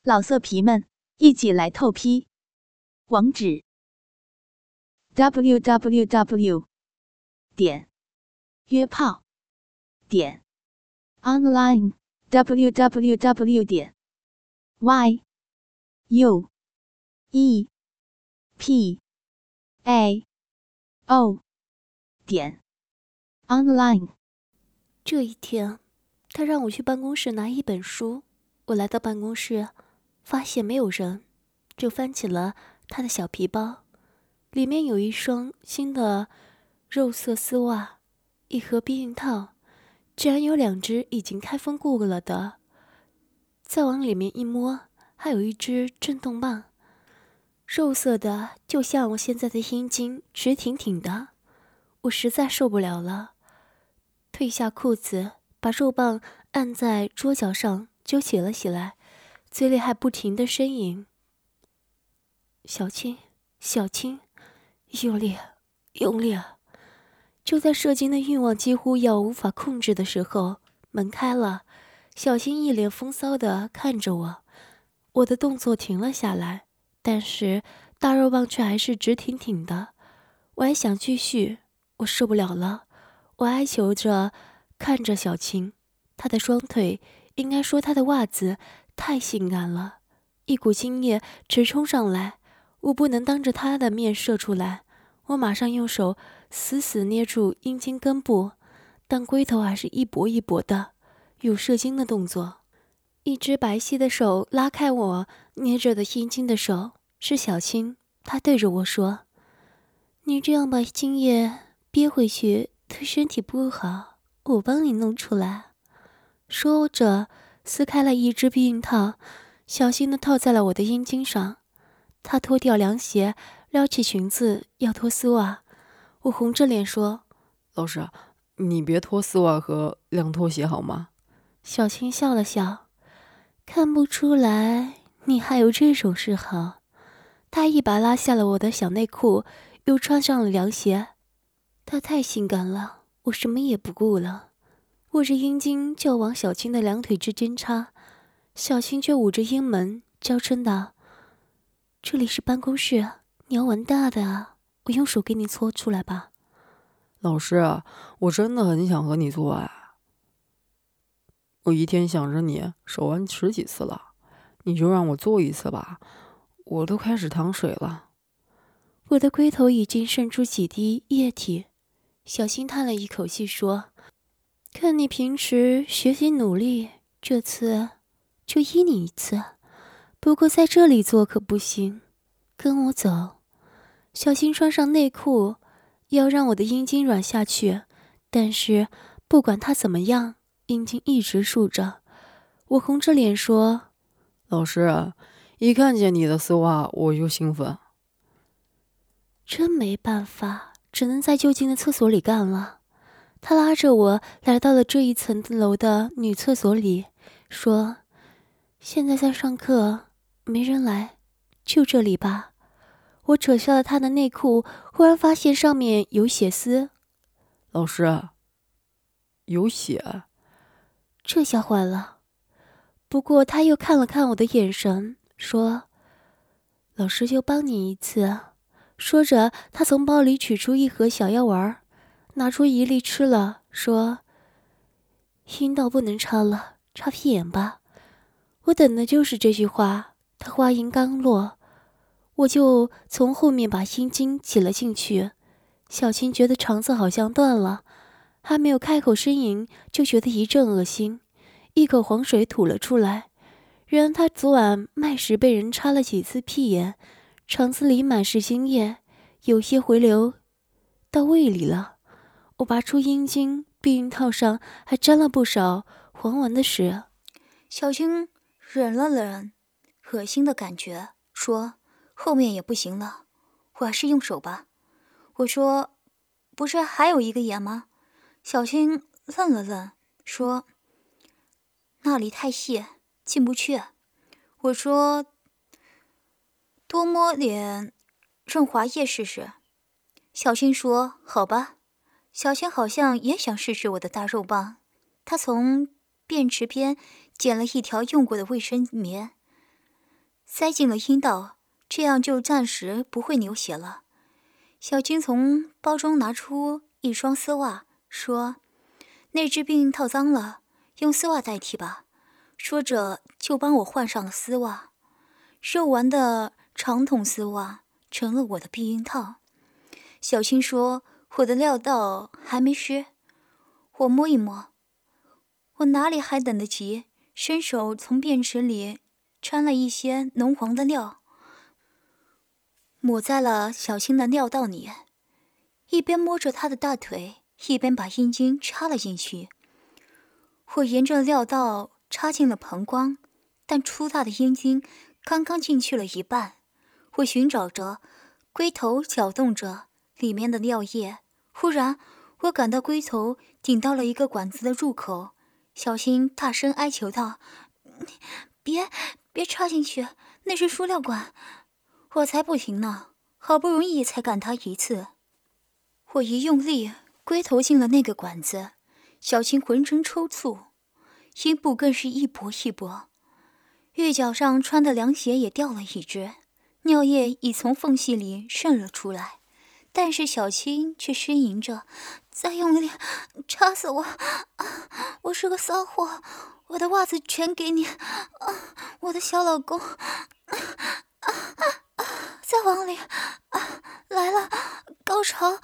老色皮们，一起来透批！网址 www.约炮online www.yuepao.online。 这一天，他让我去办公室拿一本书。我来到办公室，发现没有人，就翻起了他的小皮包，里面有一双新的肉色丝袜，一盒避孕套，居然有2只已经开封过了的。再往里面一摸，还有一只震动棒，肉色的，就像我现在的阴茎，直挺挺的。我实在受不了了，褪下裤子，把肉棒按在桌角上揪起了起来，嘴里还不停地呻吟：小青，小青，用力，用力！就在射精的欲望几乎要无法控制的时候，门开了，小青一脸风骚地看着我。我的动作停了下来，但是大肉棒却还是直挺挺的。我还想继续，我受不了了，我哀求着看着小青，她的双腿，应该说她的袜子太性感了，一股精液直冲上来，我不能当着她的面射出来。我马上用手死死捏住阴茎根部，但龟头还是一搏一搏的，有射精的动作。一只白皙的手拉开我捏着的阴茎的手，是小青，她对着我说：你这样把精液憋回去对身体不好，我帮你弄出来。说着撕开了一只避孕套，小心地套在了我的阴茎上。她脱掉凉鞋，撩起裙子要脱丝袜。我红着脸说： 老师，你别脱丝袜和凉拖鞋好吗？ 小青笑了笑：看不出来你还有这种嗜好。她一把拉下了我的小内裤，又穿上了凉鞋。她太性感了，我什么也不顾了，握着阴茎就往小青的两腿之间插。小青却捂着阴门娇嗔道：这里是办公室，你要玩大的啊，我用手给你搓出来吧。 老师，我真的很想和你做爱，我一天想着你手腕10几次了，你就让我做一次吧，我都开始淌水了。 我的龟头已经渗出几滴液体。小青叹了一口气说：看你平时学习努力，这次就依你一次，不过在这里做可不行，跟我走。小青穿上内裤，要让我的阴茎软下去，但是不管她怎么样，阴茎一直竖着。我红着脸说： 老师，一看见你的丝袜我就兴奋。 真没办法，只能在就近的厕所里干了。他拉着我来到了这一层楼的女厕所里，说：现在在上课，没人来，就这里吧。我扯下了他的内裤，忽然发现上面有血丝。 老师，有血？ 这下坏了。不过他又看了看我的眼神，说：老师就帮你一次。说着，他从包里取出一盒小药丸，拿出一粒吃了，说：阴道不能插了，插屁眼吧。我等的就是这句话。他话音刚落，我就从后面把阴茎挤了进去。小青觉得肠子好像断了，还没有开口呻吟，就觉得一阵恶心，一口黄水吐了出来。原来他昨晚卖时被人插了几次屁眼，肠子里满是精液，有些回流到胃里了。我拔出阴茎，避孕套上还沾了不少黄丸的屎。 小青忍了忍恶心的感觉，说：后面也不行了，我还是用手吧。我说：不是还有一个眼吗？小青愣了愣，说：那里太细，进不去。我说：多摸点润滑液试试。小青说：好吧。小青好像也想试试我的大肉棒，她从便池边捡了一条用过的卫生棉， 塞进了阴道，这样就暂时不会流血了。小青从包中拿出一双丝袜，说：“那只避孕套脏了，用丝袜代替吧。”说着就帮我换上了丝袜。肉丸的长筒丝袜成了我的避孕套。小青说：“我的料到还没湿。”我摸一摸，我哪里还等得及，伸手从便池里掺了一些浓黄的料，抹在了小青的尿道里，一边摸着她的大腿，一边把阴茎插了进去。我沿着料道插进了膀胱，但粗大的阴茎刚刚进去了一半。我寻找着，龟头搅动着里面的尿液，忽然我感到龟头顶到了一个管子的入口。小青大声哀求道：“别插进去，那是输尿管。”我才不行呢，好不容易才赶他一次。我一用力，龟头进了那个管子，小青浑身抽搐，阴部更是一搏一搏。玉脚上穿的凉鞋也掉了一只，尿液已从缝隙里渗了出来，但是小青却呻吟着：“再用力，插死我！我是个骚货，我的袜子全给你，我的小老公！再往里，来了，高潮！”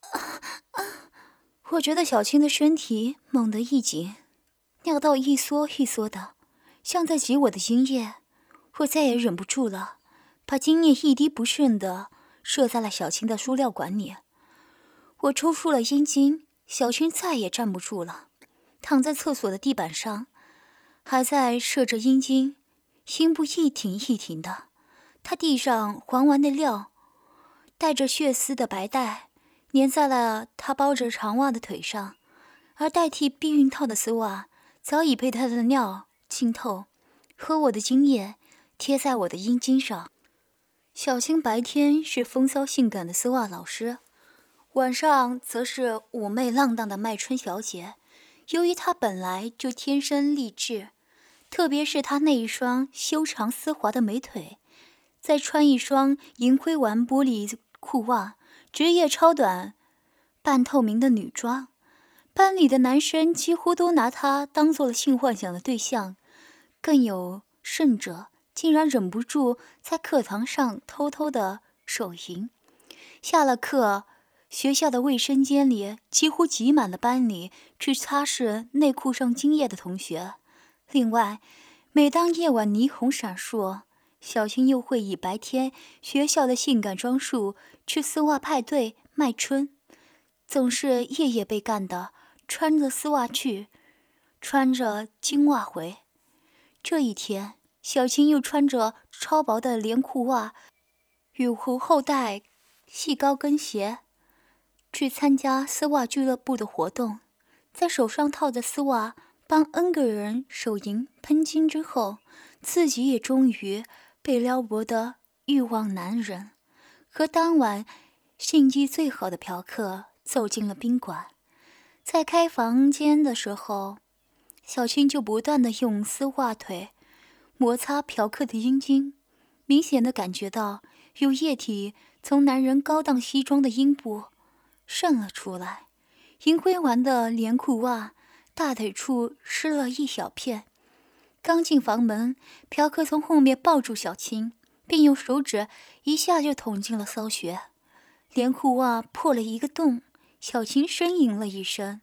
我觉得小青的身体猛地一紧，尿道一缩一缩的，像在挤我的精液。我再也忍不住了，把精液一滴不剩的射在了小青的输尿管里。我抽出了阴茎，小青再也站不住了，躺在厕所的地板上，还在射着阴茎，阴部一挺一挺的。她地上黄完的料带着血丝的白带粘在了她包着长袜的腿上，而代替避孕套的丝袜早已被她的尿浸透，和我的精液贴在我的阴茎上。小青白天是风骚性感的丝袜老师，晚上则是妩媚浪荡的麦春小姐。由于她本来就天生丽质，特别是她那一双修长丝滑的美腿，再穿一双银灰丸玻璃裤袜，职业超短半透明的女装，班里的男生几乎都拿她当做了性幻想的对象，更有甚者竟然忍不住在课堂上偷偷的手淫。下了课，学校的卫生间里几乎挤满了班里去擦拭内裤上精液的同学。另外，每当夜晚霓虹闪烁，小青又会以白天学校的性感装束去丝袜派对卖春，总是夜夜被干的，穿着丝袜去，穿着金袜回。这一天，小青又穿着超薄的连裤袜与无后带细高跟鞋去参加丝袜俱乐部的活动，在手上套着丝袜帮 N 个人手淫喷精之后，自己也终于被撩拨的欲望难忍，和当晚性技最好的嫖客走进了宾馆。在开房间的时候，小青就不断地用丝袜腿摩擦嫖客的阴茎，明显地感觉到有液体从男人高档西装的阴部渗了出来。银灰丸的连裤袜大腿处湿了一小片。刚进房门，嫖客从后面抱住小青，并用手指一下就捅进了骚穴，连裤袜破了一个洞，小青呻吟了一声。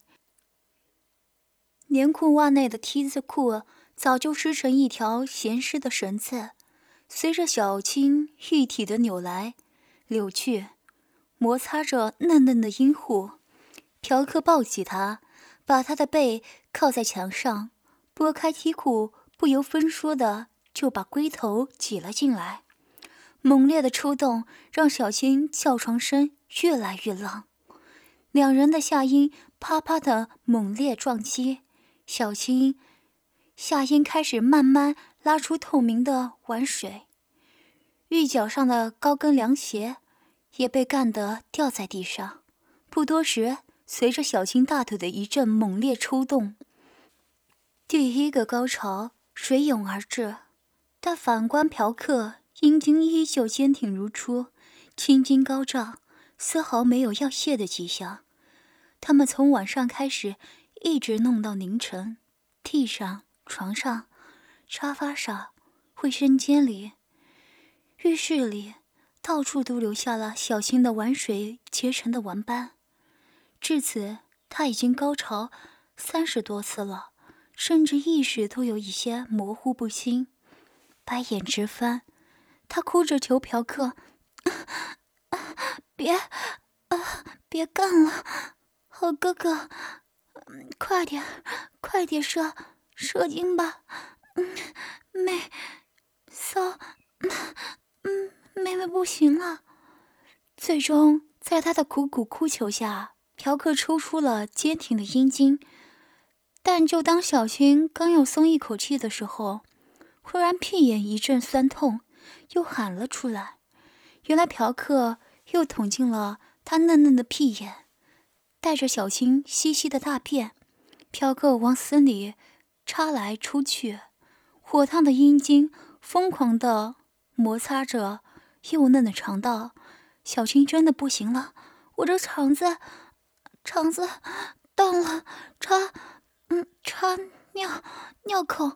连裤袜内的梯子裤早就湿成一条咸湿的绳子，随着小青玉体的扭来扭去，摩擦着嫩嫩的阴户。嫖客抱起她，把她的背靠在墙上，拨开梯裤，不由分说的就把龟头挤了进来。猛烈的抽动让小青叫床声越来越浪，两人的下阴啪啪的猛烈撞击，小青下阴开始慢慢拉出透明的碗水，玉脚上的高跟凉鞋也被干得掉在地上。不多时，随着小青大腿的一阵猛烈抽动，第一个高潮水涌而至，但反观嫖客阴茎依旧坚挺如初，青筋高涨，丝毫没有要泄的迹象。他们从晚上开始，一直弄到凌晨，地上、床上、沙发上、卫生间里、浴室里，到处都留下了小青的玩水结成的玩斑。至此，他已经高潮30多次了，甚至意识都有一些模糊不清，白眼直翻。他哭着求嫖客：“别干了，好哥哥，快点射精吧，妹妹不行了。”最终，在他的苦苦哭求下，嫖客抽出了坚挺的阴茎。但就当小青刚要松一口气的时候，忽然屁眼一阵酸痛，又喊了出来。原来嫖客又捅进了他嫩嫩的屁眼，带着小青稀稀的大便，嫖客往死里插来出去，火烫的阴茎疯狂地摩擦着幼嫩的肠道。小青真的不行了，我这肠子到了，插尿口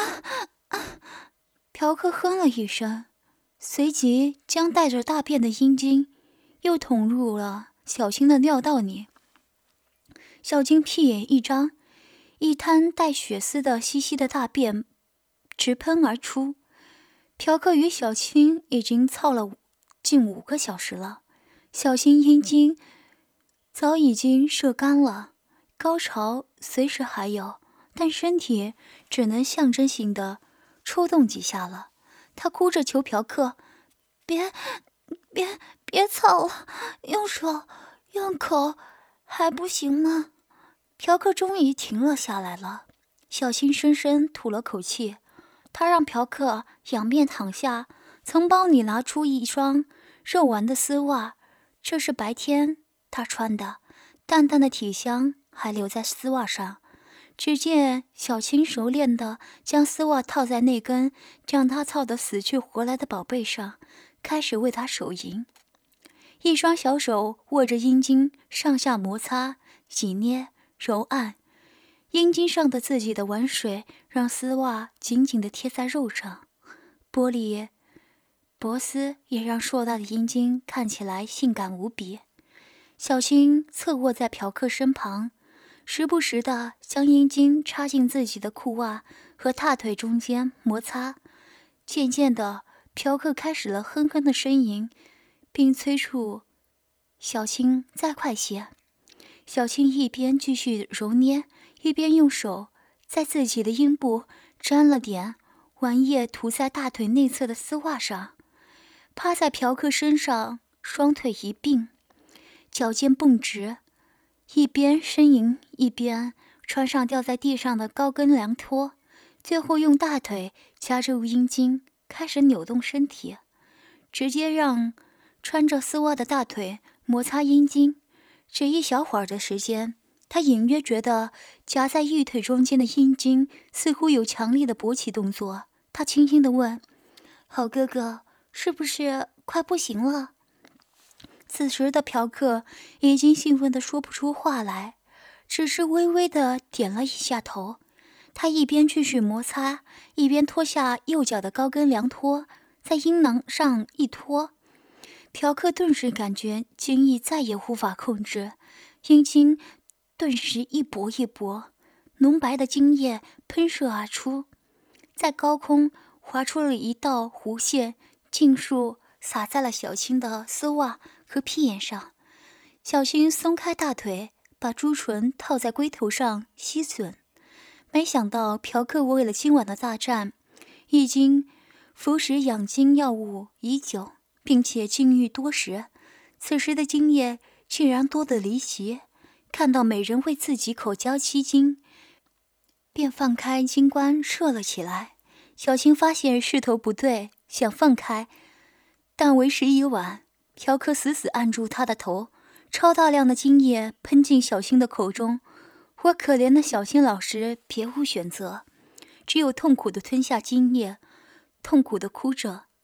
嫖客哼了一声，随即将带着大便的阴茎又捅入了小青的尿道里。小青屁眼一张，一滩带血丝的稀稀的大便直喷而出。嫖客与小青已经操了近5个小时了，小青阴茎早已经射干了，高潮随时还有，但身体只能象征性的抽动几下了。他哭着求嫖客：“别操了，用手用口还不行吗？”嫖客终于停了下来了。小青深深吐了口气，他让嫖客仰面躺下，从包里拿出一双肉丸的丝袜，这是白天他穿的，淡淡的体香还留在丝袜上。只见小青熟练地将丝袜套在那根将他操得死去活来的宝贝上，开始为他手淫。一双小手握着阴茎上下摩擦、挤捏、揉按，阴茎上的自己的玩水让丝袜紧紧地贴在肉上，玻璃脖丝也让硕大的阴茎看起来性感无比。小青侧卧在嫖客身旁，时不时地将阴茎插进自己的裤袜和大腿中间摩擦。渐渐的，嫖客开始了哼哼的呻吟，并催促小青再快些。小青一边继续揉捏，一边用手在自己的阴部沾了点玩液涂在大腿内侧的丝袜上，趴在嫖客身上，双腿一并，脚尖绷直，一边呻吟一边穿上掉在地上的高跟凉拖，最后用大腿夹住阴茎，开始扭动身体，直接让穿着丝袜的大腿摩擦阴茎。只一小会儿的时间，他隐约觉得夹在玉腿中间的阴茎似乎有强烈的勃起动作。他轻轻地问：“好哥哥，是不是快不行了？”此时的嫖客已经兴奋地说不出话来，只是微微地点了一下头。他一边继续摩擦，一边脱下右脚的高跟凉拖，在阴囊上一拖。嫖客顿时感觉精液再也无法控制，阴茎顿时一搏一搏，浓白的精液喷射而出，在高空划出了一道弧线，尽数洒在了小青的丝袜和屁眼上。小青松开大腿，把朱唇套在龟头上吸吮。没想到嫖客为了今晚的大战，已经服食养精药物已久，并且禁欲多时，此时的精液竟然多得离奇。看到美人为自己口交吸精，便放开精关射了起来。小青发现势头不对，想放开，但为时已晚。嫖客死死按住他的头，超大量的精液喷进小青的口中。我可怜的小青老师别无选择，只有痛苦地吞下精液，痛苦地哭着。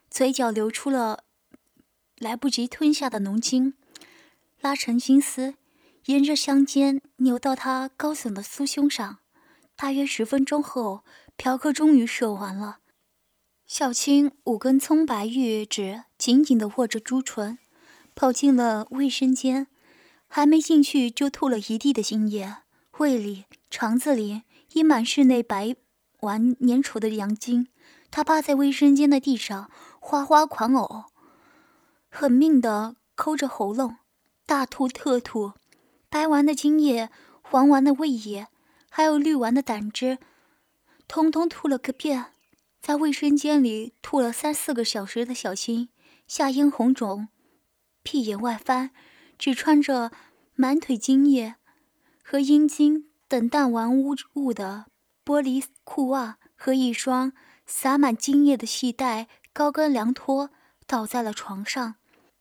嘴角流出了来不及吞下的浓精，拉成金丝，沿着香肩扭到他高耸的酥胸上。大约10分钟后，嫖客终于射完了。小青5根葱白玉指紧紧地握着朱唇，跑进了卫生间，还没进去就吐了一地的精液，胃里、肠子里已满是那白丸粘稠的阳精。他趴在卫生间的地上哗哗狂呕，狠命地抠着喉咙，大吐特吐。白丸的精液、黄丸的胃液还有绿丸的胆汁通通吐了个遍。在卫生间里吐了3、4个小时的小青，下咽红肿，屁眼外翻，只穿着满腿精液和阴茎等淡玩污物的玻璃裤袜和一双洒满精液的细带高跟凉拖，倒在了床上。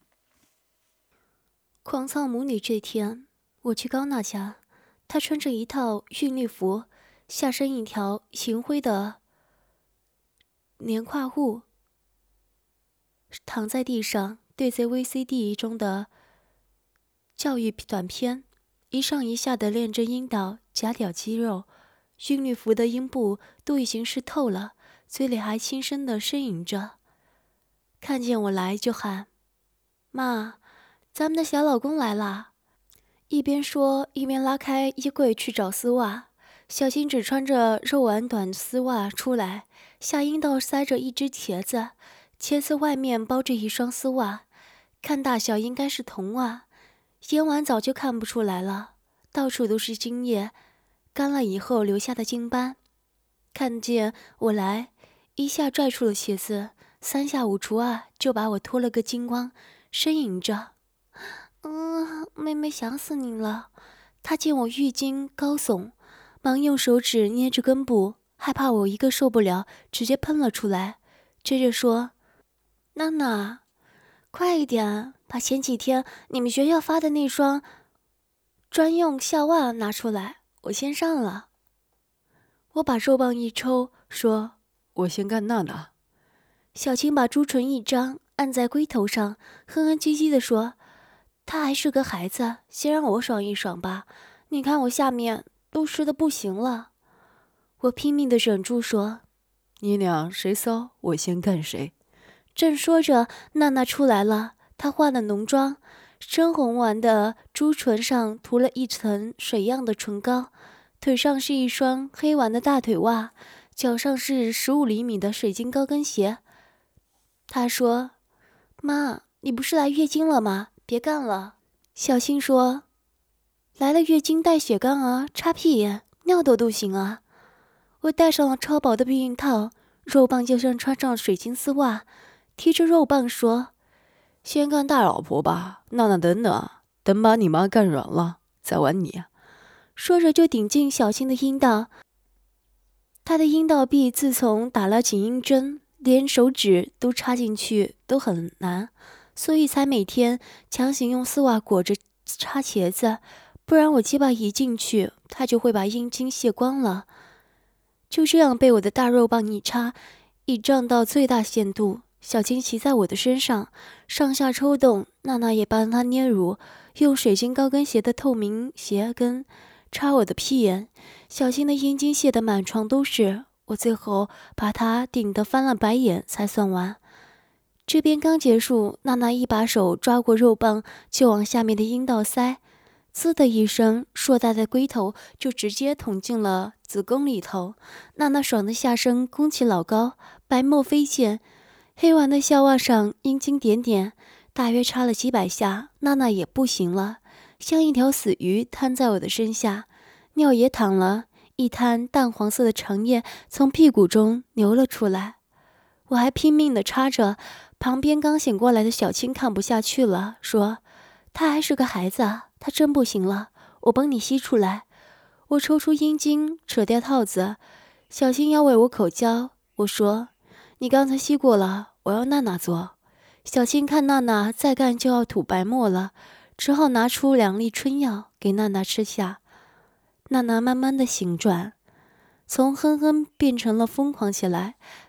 狂操母女这天，我去高娜家，她穿着一套韵律服，下身一条银灰的连胯裤，躺在地上对着 VCD 中的教育短片，一上一下的练着阴道、假屌肌肉。韵律服的阴部都已经湿透了，嘴里还轻声的呻吟着。看见我来就喊：“妈，咱们的小老公来啦！”一边说一边拉开衣柜去找丝袜。小青只穿着肉丸短丝袜出来，下阴道塞着一只茄子，茄子外面包着一双丝袜，看大小应该是童袜。腌完早就看不出来了，到处都是精液，干了以后留下的精斑。看见我来，一下拽出了茄子，3下5除2就把我脱了个精光，呻吟着：“妹妹想死你了。”她见我浴巾高耸，忙用手指捏着根部，害怕我一个受不了，直接喷了出来。接着说：“娜娜，快一点，把前几天你们学校发的那双专用校袜拿出来，我先上了。”我把肉棒一抽，说：“ 我先干娜娜。” 小青把朱唇一张，按在龟头上，哼哼唧唧地说：“他还是个孩子，先让我爽一爽吧。你看我下面都湿得不行了。”我拼命地忍住说：“ 你俩谁骚，我先干谁。” 正说着，娜娜出来了。她化了浓妆，深红丸的朱唇上涂了一层水样的唇膏，腿上是一双黑丸的大腿袜，脚上是15厘米的水晶高跟鞋。她说：“妈，你不是来月经了吗？别干了。”小青说：“来了月经带血杠啊，插屁眼、尿斗都行啊。”我戴上了超薄的避孕套，肉棒就像穿上水晶丝袜，提着肉棒说：“ 先干大老婆吧，娜娜等等，等把你妈干软了再玩你。” 说着就顶进小青的阴道。她的阴道壁自从打了紧阴针，连手指都插进去都很难，所以才每天强行用丝袜裹着插茄子，不然我鸡巴一进去，她就会把阴茎泄光了。就这样被我的大肉棒一插，一胀到最大限度。小青骑在我的身上，上下抽动，娜娜也帮她捏乳，用水晶高跟鞋的透明鞋跟插我的屁眼。小青的阴茎泄得满床都是，我最后把她顶得翻了白眼才算完。这边刚结束，娜娜一把手抓过肉棒就往下面的阴道塞，滋的一声，硕大的龟头就直接捅进了子宫里头。娜娜爽的下身弓起老高，白沫飞溅，黑丸的校袜上阴茎点点，大约插了几百下，娜娜也不行了，像一条死鱼瘫在我的身下，尿也淌了，一滩淡黄色的长液从屁股中流了出来。我还拼命地插着，旁边刚醒过来的小青看不下去了，说：“他还是个孩子啊，他真不行了，我帮你吸出来。”我抽出阴茎，扯掉套子，小青要为我口交，我说：“你刚才吸过了，我要娜娜做。”小青看娜娜再干就要吐白沫了，只好拿出2粒春药给娜娜吃下。娜娜慢慢的醒转，从哼哼变成了疯狂起来，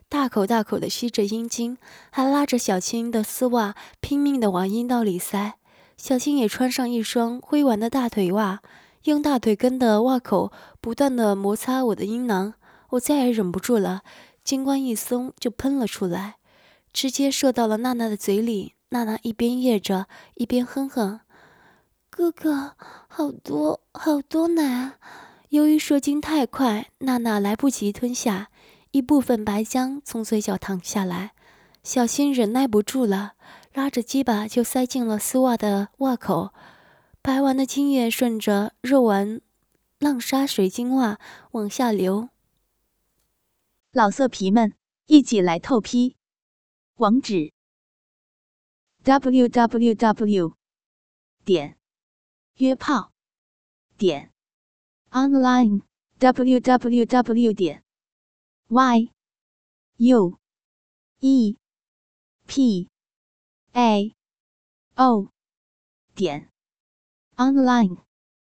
大口大口地吸着阴茎，还拉着小青的丝袜拼命地往阴道里塞。小青也穿上一双灰玩的大腿袜，用大腿根的袜口不断地摩擦我的阴囊。我再也忍不住了，精关一松就喷了出来，直接射到了娜娜的嘴里。娜娜一边噎着，一边哼哼：“哥哥，好多好多奶。”由于射精太快，娜娜来不及吞下，一部分白浆从嘴角淌下来。小新忍耐不住了，拉着鸡巴就塞进了丝袜的袜口，白丸的精液顺着肉丸浪沙水晶袜往下流。 老色皮们，一起来透批！网址 www.约炮.online www.yuepao.online